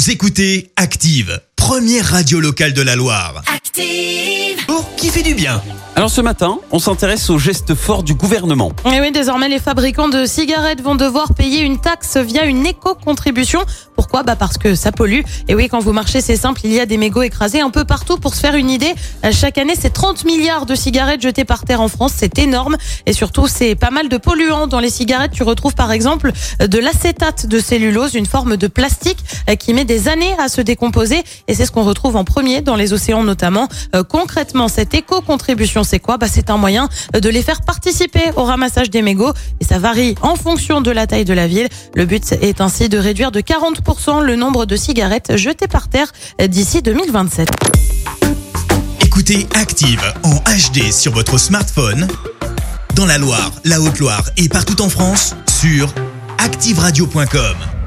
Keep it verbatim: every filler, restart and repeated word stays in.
Vous écoutez Active, première radio locale de la Loire. Active! Pour qui fait du bien. Alors ce matin, on s'intéresse aux gestes forts du gouvernement. Et oui, désormais, les fabricants de cigarettes vont devoir payer une taxe via une éco-contribution. Pourquoi ? Bah parce que ça pollue. Et oui, quand vous marchez, c'est simple, il y a des mégots écrasés un peu partout. Pour se faire une idée, chaque année, c'est trente milliards de cigarettes jetées par terre en France. C'est énorme. Et surtout, c'est pas mal de polluants. Dans les cigarettes, tu retrouves par exemple de l'acétate de cellulose, une forme de plastique qui met des années à se décomposer. Et c'est ce qu'on retrouve en premier dans les océans notamment. Euh, concrètement, cette éco-contribution, c'est quoi ? Bah, c'est un moyen de les faire participer au ramassage des mégots. Et ça varie en fonction de la taille de la ville. Le but est ainsi de réduire de quarante pour cent le nombre de cigarettes jetées par terre d'ici deux mille vingt-sept. Écoutez Active en H D sur votre smartphone, dans la Loire, la Haute-Loire et partout en France, sur active radio point com.